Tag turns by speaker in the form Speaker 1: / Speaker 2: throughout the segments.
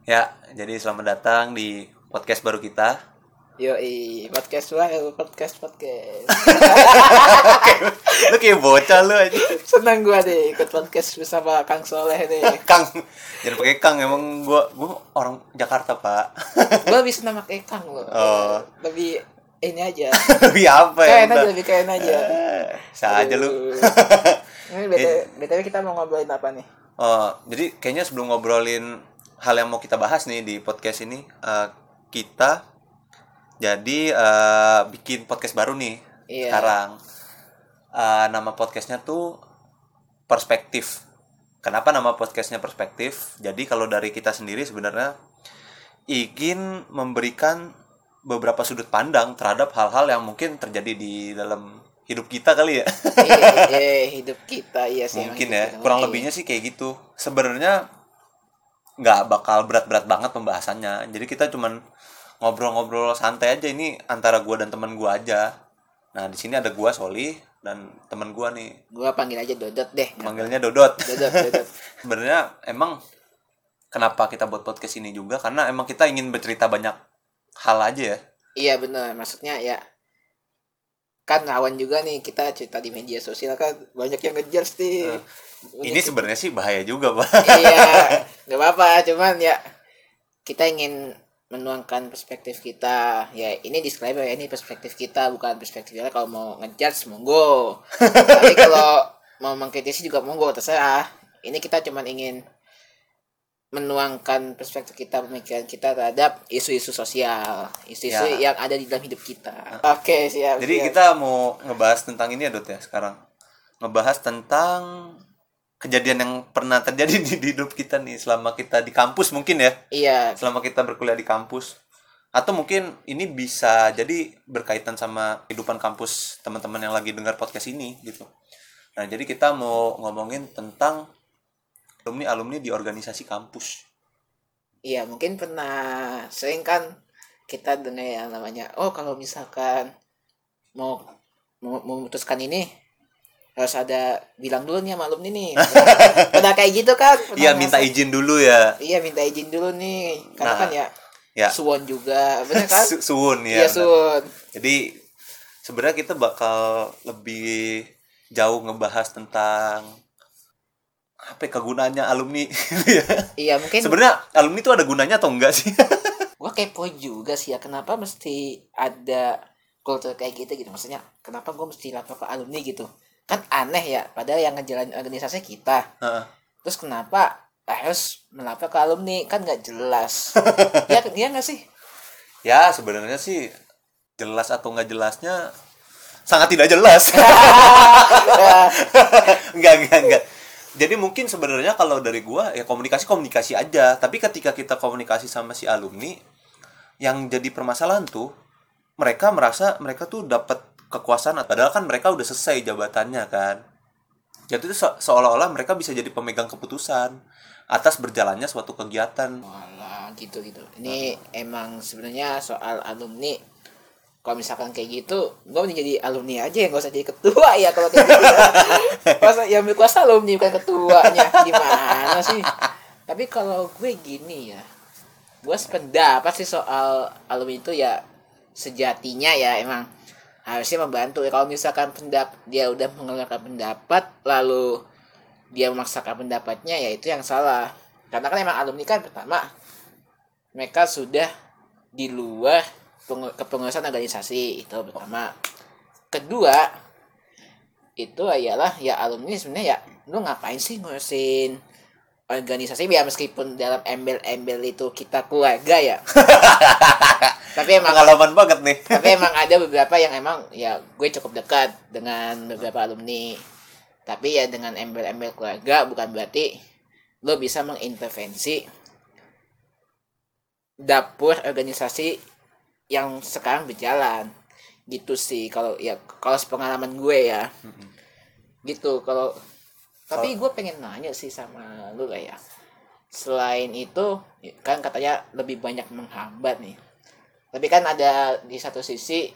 Speaker 1: Ya, jadi selamat datang di podcast baru kita.
Speaker 2: Yoi, podcast baru, podcast.
Speaker 1: Lu kayak bocah lu aja.
Speaker 2: Senang gua deh ikut podcast bersama Kang Soleh deh.
Speaker 1: Kang. Jangan pakai Kang, emang gua orang Jakarta, Pak.
Speaker 2: Gua bisa nama Kang loh.
Speaker 1: Oh.
Speaker 2: Lebih ini aja.
Speaker 1: Lebih apa ya?
Speaker 2: Keren aja, lebih keren aja.
Speaker 1: Saja lu.
Speaker 2: Ini BTW kita mau ngobrolin apa nih?
Speaker 1: Oh, jadi kayaknya sebelum ngobrolin hal yang mau kita bahas nih di podcast ini, kita jadi bikin podcast baru nih.
Speaker 2: Iya.
Speaker 1: Sekarang. Nama podcastnya tuh Perspektif. Kenapa nama podcastnya Perspektif? Jadi kalau dari kita sendiri sebenarnya ingin memberikan beberapa sudut pandang terhadap hal-hal yang mungkin terjadi di dalam hidup kita kali ya.
Speaker 2: Hidup kita iya sih.
Speaker 1: Mungkin ya, kurang lebihnya sih kayak gitu. Sebenarnya nggak bakal berat-berat banget pembahasannya. Jadi kita cuman ngobrol-ngobrol santai aja, ini antara gua dan teman gua aja. Nah, di sini ada gua Soli dan teman gua nih.
Speaker 2: Gua panggil aja Dodot deh.
Speaker 1: Manggilnya Dodot.
Speaker 2: Dodot.
Speaker 1: Sebenarnya emang kenapa kita buat podcast ini juga karena emang kita ingin bercerita banyak hal aja ya.
Speaker 2: Iya benar, maksudnya ya kan rawan juga nih kita cerita di media sosial kan banyak yang ngejudge nih.
Speaker 1: Ini sebenarnya sih bahaya juga, Pak.
Speaker 2: Iya, nggak apa-apa, cuman ya kita ingin menuangkan perspektif kita. Ya ini disclaimer ya, ini perspektif kita bukan perspektif kita. Kalau mau ngejudge monggo, tapi kalau mau mengkritisi juga monggo, terserah. Ini kita cuman ingin menuangkan perspektif kita, pemikiran kita terhadap isu-isu sosial, isu-isu yang ada di dalam hidup kita. Oke, siap.
Speaker 1: Jadi
Speaker 2: siap.
Speaker 1: kita mau ngebahas tentang ini ya, Dot ya, sekarang. Ngebahas tentang kejadian yang pernah terjadi di hidup kita nih selama kita di kampus mungkin ya.
Speaker 2: Iya.
Speaker 1: Selama kita berkuliah di kampus. Atau mungkin ini bisa jadi berkaitan sama kehidupan kampus teman-teman yang lagi dengar podcast ini gitu. Nah, jadi kita mau ngomongin tentang alumni di organisasi kampus.
Speaker 2: Iya, mungkin pernah sering kan kita dengar yang namanya, oh kalau misalkan mau memutuskan ini harus ada bilang dulu nih sama alumni nih. Pernah kayak gitu kan?
Speaker 1: Iya, minta izin dulu ya.
Speaker 2: Iya, minta izin dulu nih. Karena
Speaker 1: Nah,
Speaker 2: kan ya suwon juga, benar kan?
Speaker 1: Suwun ya.
Speaker 2: Iya, suwon.
Speaker 1: Jadi sebenarnya kita bakal lebih jauh ngebahas tentang apa kegunaannya alumni ya.
Speaker 2: Iya, mungkin
Speaker 1: sebenarnya alumni itu ada gunanya atau enggak sih?
Speaker 2: Gua kepo juga sih ya, kenapa mesti ada kultur kayak gitu maksudnya kenapa gue mesti lapor ke alumni gitu, kan aneh ya, padahal yang ngejalanin organisasi kita. Terus kenapa harus melapor ke alumni, kan nggak jelas. Ya nggak sih?
Speaker 1: Ya sebenarnya sih jelas atau nggak jelasnya sangat tidak jelas. Enggak. Jadi mungkin sebenarnya kalau dari gua ya komunikasi aja. Tapi ketika kita komunikasi sama si alumni, yang jadi permasalahan tuh mereka merasa mereka tuh dapat kekuasaan, padahal kan mereka udah selesai jabatannya kan. Jadi itu seolah-olah mereka bisa jadi pemegang keputusan atas berjalannya suatu kegiatan.
Speaker 2: Walah gitu. Ini emang sebenarnya soal alumni. Kalau misalkan kayak gitu, gue mending jadi alumni aja ya, gak usah jadi ketua ya kalau kayak gitu. Masa yang berkuasa alumni bukan ketuanya, gimana sih? Tapi kalau gue gini ya, gue sependapat sih soal alumni itu ya sejatinya ya emang harusnya membantu ya. Kalau misalkan dia udah mengeluarkan pendapat lalu dia memaksakan pendapatnya, ya itu yang salah. Karena kan emang alumni kan pertama mereka sudah di luar kepengurusan organisasi, itu pertama. Kedua itu ialah ya alumni sebenarnya ya lu ngapain sih ngurusin organisasi ya, meskipun dalam embel-embel itu kita keluarga ya. Tapi emang
Speaker 1: pengalaman banget nih.
Speaker 2: Tapi emang ada beberapa yang emang ya gue cukup dekat dengan beberapa alumni. Tapi ya dengan embel-embel keluarga bukan berarti lo bisa mengintervensi dapur organisasi yang sekarang berjalan gitu sih. Kalau pengalaman gue ya gitu. Tapi gue pengen nanya sih sama lu lah ya, selain itu kan katanya lebih banyak menghambat nih, tapi kan ada di satu sisi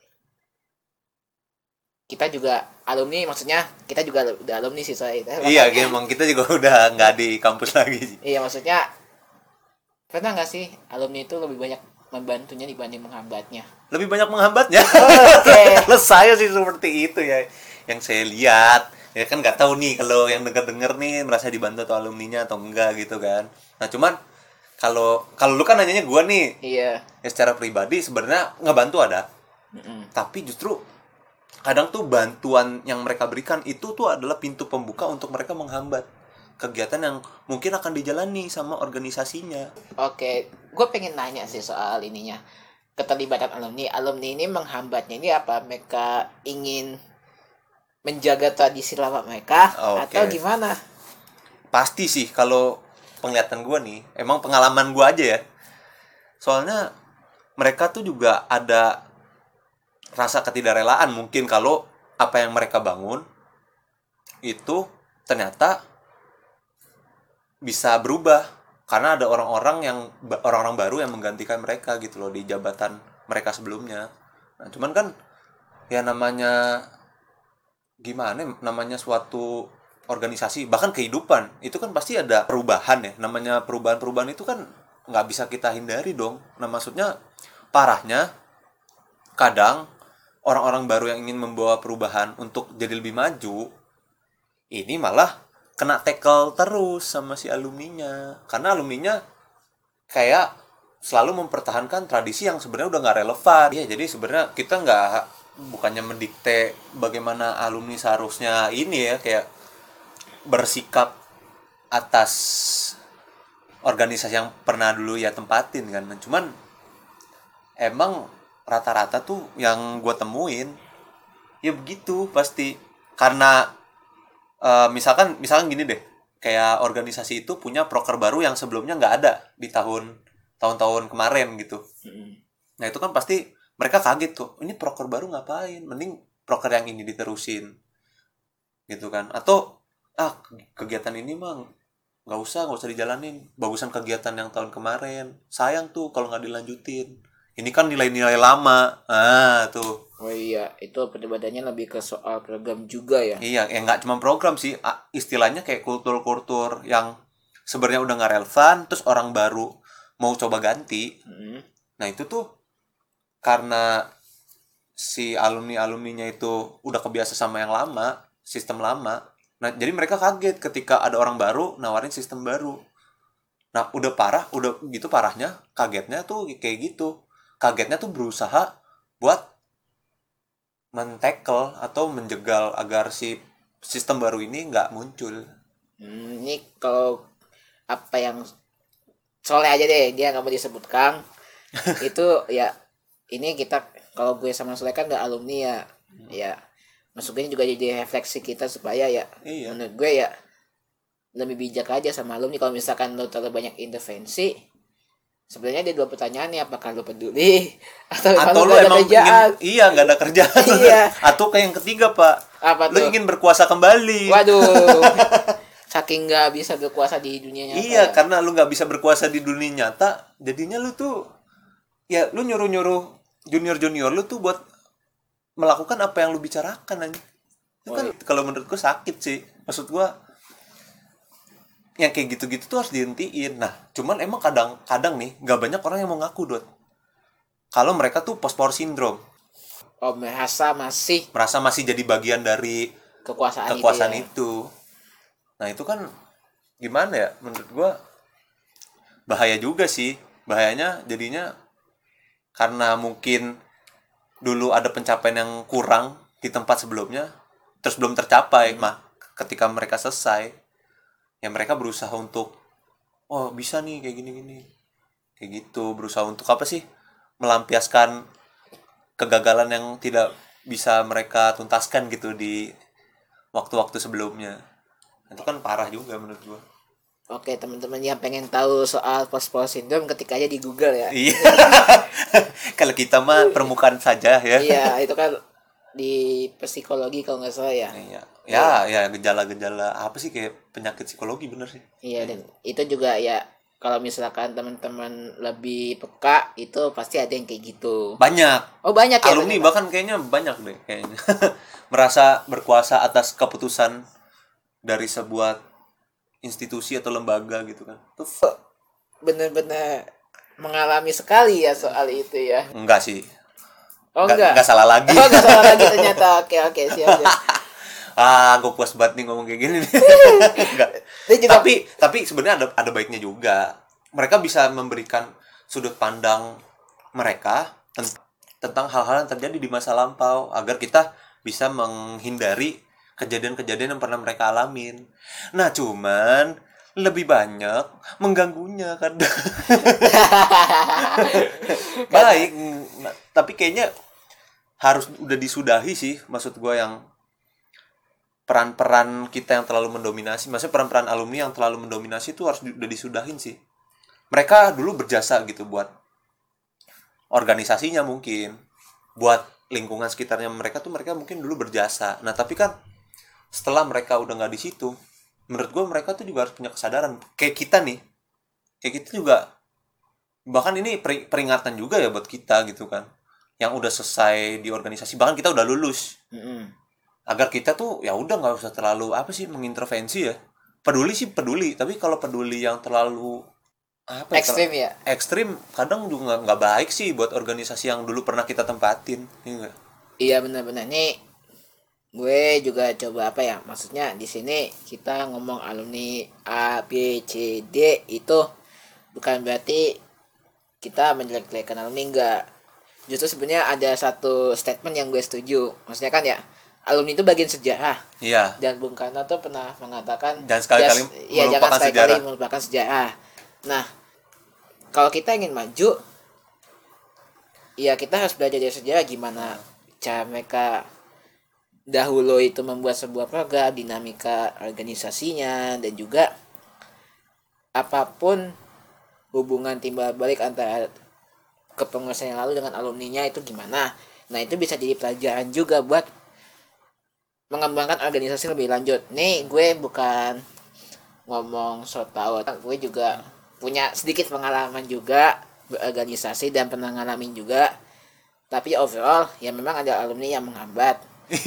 Speaker 2: kita juga alumni, maksudnya kita juga udah alumni sih,
Speaker 1: Iya, emang kita juga udah nggak di kampus lagi.
Speaker 2: Iya, maksudnya Pernah nggak sih alumni itu lebih banyak membantunya dibanding menghambatnya?
Speaker 1: Lebih banyak menghambatnya.
Speaker 2: Oke.
Speaker 1: Kalau saya sih seperti itu ya, yang saya lihat. Ya kan nggak tahu nih kalau yang denger-denger nih merasa dibantu atau alumninya atau enggak gitu kan. Nah cuman kalau kalau lu kan nanyanya gua nih,
Speaker 2: Iya.
Speaker 1: ya secara pribadi sebenarnya ngebantu ada,
Speaker 2: Mm-mm.
Speaker 1: tapi justru kadang tuh bantuan yang mereka berikan itu tuh adalah pintu pembuka untuk mereka menghambat kegiatan yang mungkin akan dijalani sama organisasinya.
Speaker 2: Oke, gue pengen nanya sih soal ininya, keterlibatan alumni. Alumni ini menghambatnya ini apa? Mereka ingin menjaga tradisi lama mereka
Speaker 1: Oke.
Speaker 2: atau gimana?
Speaker 1: Pasti sih kalau penglihatan gua nih, emang pengalaman gua aja ya. Soalnya mereka tuh juga ada rasa ketidakrelaan mungkin kalau apa yang mereka bangun itu ternyata bisa berubah karena ada orang-orang baru yang menggantikan mereka gitu loh di jabatan mereka sebelumnya. Nah, cuman kan ya namanya suatu organisasi bahkan kehidupan itu kan pasti ada perubahan ya. Namanya perubahan-perubahan itu kan nggak bisa kita hindari dong. Nah, maksudnya parahnya kadang orang-orang baru yang ingin membawa perubahan untuk jadi lebih maju ini malah kena tackle terus sama si alumninya karena alumninya kayak selalu mempertahankan tradisi yang sebenarnya udah nggak relevan ya. Jadi sebenarnya kita nggak bukannya mendikte bagaimana alumni seharusnya ini ya kayak bersikap atas organisasi yang pernah dulu ya tempatin kan. Cuman emang rata-rata tuh yang gue temuin ya begitu pasti karena misalkan gini deh, kayak organisasi itu punya proker baru yang sebelumnya nggak ada di tahun-tahun kemarin gitu. Nah itu kan pasti mereka kaget tuh, ini proker baru ngapain, mending proker yang ini diterusin gitu kan. Atau kegiatan ini mah nggak usah dijalanin, bagusan kegiatan yang tahun kemarin, sayang tuh kalau nggak dilanjutin, ini kan nilai-nilai lama. Tuh.
Speaker 2: Oh iya, itu perdebatannya lebih ke soal program juga ya.
Speaker 1: Iya, ya nggak cuma program sih, istilahnya kayak kultur-kultur yang sebenarnya udah nggak relevan, terus orang baru mau coba ganti. Nah itu tuh karena si alumni-alumninya itu udah kebiasa sama yang lama, sistem lama. Nah jadi mereka kaget ketika ada orang baru nawarin sistem baru. Nah udah gitu parahnya, kagetnya tuh kayak gitu. Kagetnya tuh berusaha buat men-tackle atau menjegal agar si sistem baru ini nggak muncul.
Speaker 2: Ini kalau apa yang soalnya aja deh dia nggak mau disebutkan itu ya, ini kita kalau gue sama Sule kan nggak alumni ya, ya masuknya juga jadi refleksi kita supaya ya
Speaker 1: Iya.
Speaker 2: menurut gue ya lebih bijak aja sama alumni. Kalau misalkan lo terlalu banyak intervensi, sebenarnya ada dua pertanyaan nih, apakah lo peduli atau
Speaker 1: Atau
Speaker 2: lo
Speaker 1: lu
Speaker 2: gak ada
Speaker 1: emang
Speaker 2: kerjaan.
Speaker 1: iya nggak ada kerjaan.
Speaker 2: Iya.
Speaker 1: Atau kayak yang ketiga pak,
Speaker 2: Apa
Speaker 1: lu
Speaker 2: tuh?
Speaker 1: ingin berkuasa kembali.
Speaker 2: Waduh, saking nggak bisa berkuasa di dunia nyata
Speaker 1: Iya,
Speaker 2: ya.
Speaker 1: karena lu nggak bisa berkuasa di dunia nyata, jadinya lu tuh ya lu nyuruh junior lu tuh buat melakukan apa yang lu bicarakan aja. Itu kan kalau menurut gua sakit sih. Maksud gua yang kayak gitu-gitu tuh harus dihentiin. Nah, cuman emang kadang nih nggak banyak orang yang mau ngaku Dot. Kalau mereka tuh post power syndrome,
Speaker 2: Oh, merasa masih
Speaker 1: jadi bagian dari
Speaker 2: kekuasaan itu ya.
Speaker 1: itu. Nah, itu kan gimana ya? Menurut gua bahaya juga sih. Bahayanya jadinya karena mungkin dulu ada pencapaian yang kurang di tempat sebelumnya, terus belum tercapai, ketika mereka selesai, ya mereka berusaha untuk, oh bisa nih kayak gini-gini, kayak gitu, berusaha untuk apa sih, melampiaskan kegagalan yang tidak bisa mereka tuntaskan gitu di waktu-waktu sebelumnya. Itu kan parah juga menurut gua.
Speaker 2: Oke, teman-teman yang pengen tahu soal post-post syndrome ketik aja di Google ya.
Speaker 1: Iya. Kalau kita mah permukaan saja ya.
Speaker 2: Iya, itu kan di psikologi kalau nggak salah ya.
Speaker 1: Iya. Ya gejala-gejala apa sih kayak penyakit psikologi bener sih.
Speaker 2: Iya, dan itu juga ya kalau misalkan teman-teman lebih peka itu pasti ada yang kayak gitu.
Speaker 1: Banyak.
Speaker 2: Oh, banyak ya.
Speaker 1: Alumni
Speaker 2: ternyata.
Speaker 1: bahkan kayaknya banyak deh kayaknya. Merasa berkuasa atas keputusan dari sebuah institusi atau lembaga gitu kan. Tuh
Speaker 2: benar-benar mengalami sekali ya soal itu ya.
Speaker 1: Enggak sih.
Speaker 2: Oh enggak.
Speaker 1: Enggak salah lagi.
Speaker 2: Oh enggak salah lagi ternyata. Oke siap.
Speaker 1: Gue puas banget nih ngomong kayak gini nih. Enggak.
Speaker 2: Juga...
Speaker 1: Tapi sebenarnya ada baiknya juga. Mereka bisa memberikan sudut pandang mereka tentang hal-hal yang terjadi di masa lampau agar kita bisa menghindari kejadian-kejadian yang pernah mereka alamin. Nah, cuman lebih banyak mengganggunya kan. Baik, tapi kayaknya harus udah disudahi sih, maksud gue yang peran-peran kita yang terlalu mendominasi, maksudnya peran-peran alumni yang terlalu mendominasi itu harus udah disudahin sih. Mereka dulu berjasa gitu buat organisasinya mungkin, buat lingkungan sekitarnya mereka mungkin dulu berjasa. Nah tapi kan setelah mereka udah nggak di situ, menurut gue mereka tuh juga harus punya kesadaran. Kayak kita juga, bahkan ini peringatan juga ya buat kita gitu kan, yang udah selesai di organisasi, bahkan kita udah lulus. Agar kita tuh ya udah nggak usah terlalu mengintervensi ya. Peduli sih peduli, tapi kalau peduli yang terlalu
Speaker 2: ekstrim ya,
Speaker 1: ekstrim kadang juga nggak baik sih buat organisasi yang dulu pernah kita tempatin.
Speaker 2: Iya benar-benar. Nih gue juga coba maksudnya di sini kita ngomong alumni A B C D itu bukan berarti kita menjelek-jelekan alumni, enggak. Justru sebenarnya ada satu statement yang gue setuju, maksudnya kan ya alumni itu bagian sejarah.
Speaker 1: Iya.
Speaker 2: Dan Bung Karno tuh pernah mengatakan
Speaker 1: jangan sekali-kali
Speaker 2: melupakan sejarah. Nah, kalau kita ingin maju, ya kita harus belajar dari sejarah, gimana cara mereka dahulu itu membuat sebuah program, dinamika organisasinya, dan juga apapun hubungan timbal balik antara kepengurusan yang lalu dengan alumninya itu gimana. Nah, itu bisa jadi pelajaran juga buat mengembangkan organisasi lebih lanjut. Nih gue bukan ngomong so tau, gue juga punya sedikit pengalaman juga berorganisasi dan pernah ngalamin juga. Tapi overall ya memang ada alumni yang menghambat.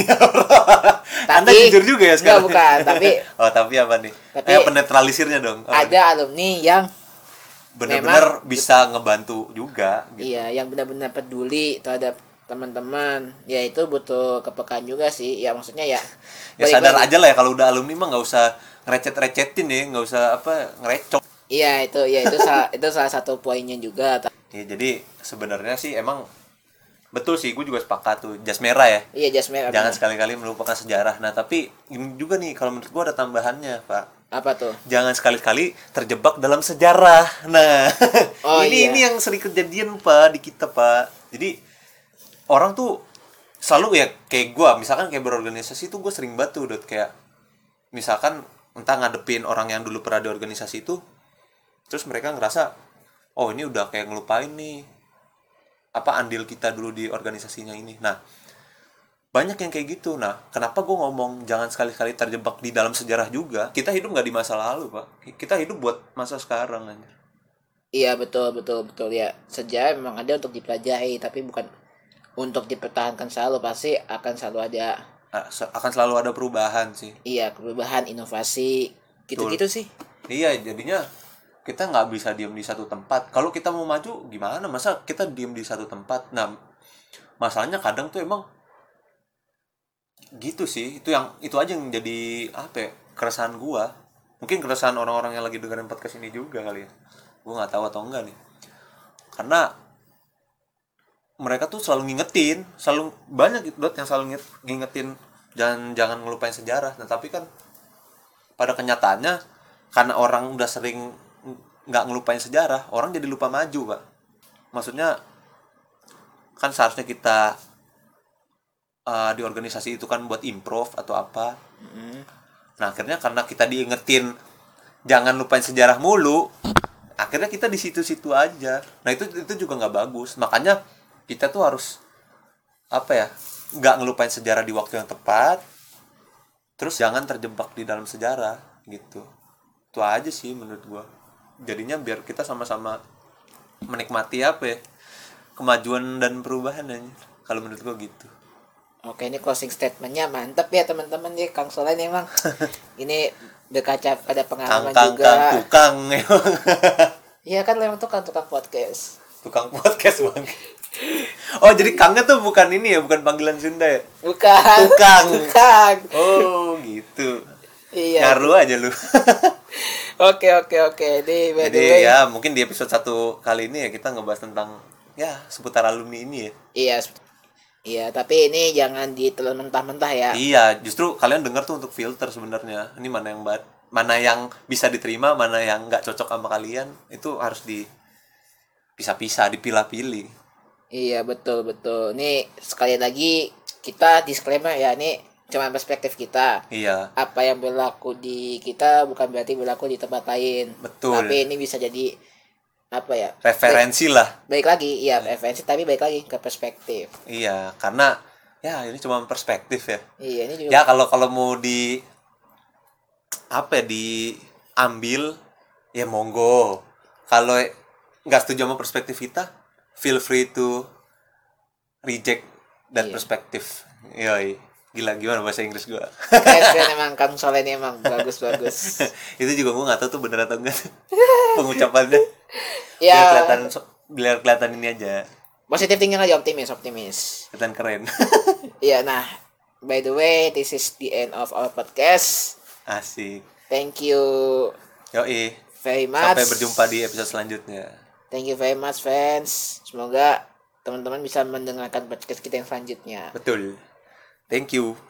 Speaker 1: Tapi Anda jujur juga ya sekarang.
Speaker 2: Enggak, bukan, tapi
Speaker 1: tapi apa nih? Penetralisirnya dong.
Speaker 2: Ada alumni yang
Speaker 1: benar-benar bisa ngebantu juga
Speaker 2: gitu. Iya, yang benar-benar peduli terhadap teman-teman. Ya itu butuh kepekaan juga sih. Ya maksudnya ya
Speaker 1: sadar aja lah ya, kalau udah alumni mah nggak usah ngerecet-recetin ya, nggak usah ngerecok.
Speaker 2: Iya itu itu salah satu poinnya juga.
Speaker 1: Ya, jadi sebenarnya sih emang betul sih, gue juga sepakat tuh, jas merah ya.
Speaker 2: Iya, jas merah.
Speaker 1: Jangan sekali-kali melupakan sejarah. Nah tapi ini juga nih, kalau menurut gue ada tambahannya, Pak.
Speaker 2: Apa tuh?
Speaker 1: Jangan sekali-kali terjebak dalam sejarah. Nah, ini yang sering kejadian Pak di kita Pak. Jadi orang tuh selalu ya kayak gue, misalkan kayak berorganisasi tuh gue sering banget tuh, kayak misalkan entah ngadepin orang yang dulu pernah di organisasi itu, terus mereka ngerasa oh ini udah kayak ngelupain nih andil kita dulu di organisasinya ini. Nah banyak yang kayak gitu. Nah kenapa gue ngomong jangan sekali-kali terjebak di dalam sejarah juga. Kita hidup nggak di masa lalu Pak, kita hidup buat masa sekarang anjir.
Speaker 2: Iya betul ya, sejarah memang ada untuk dipelajari tapi bukan untuk dipertahankan selalu. Pasti akan selalu ada perubahan sih. Iya, perubahan, inovasi gitu-gitu sih.
Speaker 1: Iya, jadinya kita nggak bisa diem di satu tempat. Kalau kita mau maju gimana, masa kita diem di satu tempat. Nah masalahnya kadang tuh emang gitu sih. Itu aja yang jadi keresahan gua. Mungkin keresahan orang-orang yang lagi dengerin podcast ini juga kali ya. Gua nggak tahu atau enggak nih, karena mereka tuh selalu ngingetin, selalu banyak gitu yang selalu ngingetin jangan ngelupain sejarah. Nah tapi kan pada kenyataannya karena orang udah sering nggak ngelupain sejarah, orang jadi lupa maju Pak. Maksudnya kan seharusnya kita di organisasi itu kan buat improve atau apa. Nah akhirnya karena kita diingetin jangan lupain sejarah mulu, akhirnya kita di situ-situ aja. Nah itu juga nggak bagus. Makanya kita tuh harus nggak ngelupain sejarah di waktu yang tepat, terus jangan terjebak di dalam sejarah gitu. Itu aja sih menurut gua. Jadinya biar kita sama-sama menikmati kemajuan dan perubahan aja. Kalau menurut gua gitu.
Speaker 2: Oke, ini closing statementnya mantep ya teman-teman ya. Kang Solen emang ini berkaca pada pengalaman juga.
Speaker 1: Tukang.
Speaker 2: Iya kan memang tukang podcast.
Speaker 1: Tukang podcast bang. Oh jadi Kangnya tuh bukan ini ya, bukan panggilan Sunda ya?
Speaker 2: Bukan.
Speaker 1: Tukang.
Speaker 2: Tukang.
Speaker 1: Oh gitu.
Speaker 2: Iya.
Speaker 1: Ngaruh aja lu.
Speaker 2: Oke. Ini by the
Speaker 1: Jadi
Speaker 2: way.
Speaker 1: ya mungkin di episode 1 kali ini ya kita ngebahas tentang ya seputar alumni ini ya.
Speaker 2: Iya. Iya, tapi ini jangan ditelan mentah-mentah ya.
Speaker 1: Iya, justru kalian dengar tuh untuk filter sebenarnya. Ini mana yang bisa diterima, mana yang nggak cocok sama kalian, itu harus dipisah-pisah, dipilah-pilih.
Speaker 2: Iya, betul. Nih, sekali lagi kita disclaimer ya, ini cuma perspektif kita.
Speaker 1: Iya,
Speaker 2: Apa yang berlaku di kita bukan berarti berlaku di tempat lain.
Speaker 1: betul.
Speaker 2: Tapi ini bisa jadi apa ya?
Speaker 1: Referensi lah.
Speaker 2: Baik lagi, iya referensi tapi baik lagi ke perspektif.
Speaker 1: Iya, karena ya ini cuma perspektif ya.
Speaker 2: Iya, ini juga
Speaker 1: Ya kalau mau diambil ya monggo. Kalau nggak setuju sama perspektif kita, feel free to reject that
Speaker 2: Iya.
Speaker 1: perspektif. Yoi. Gila, gimana bahasa Inggris gua?
Speaker 2: keren emang Kang Soleh ini emang bagus.
Speaker 1: Itu juga gua nggak tahu tuh bener atau enggak pengucapannya.
Speaker 2: Ya,
Speaker 1: Biar kelihatan ini aja,
Speaker 2: positive thinking aja, optimis.
Speaker 1: kelihatan keren.
Speaker 2: Iya, nah, by the way, this is the end of our podcast.
Speaker 1: Asik.
Speaker 2: Thank you
Speaker 1: Yoi.
Speaker 2: very much.
Speaker 1: Sampai berjumpa di episode selanjutnya.
Speaker 2: Thank you very much, fans. Semoga teman-teman bisa mendengarkan podcast kita yang selanjutnya.
Speaker 1: Betul. Thank you.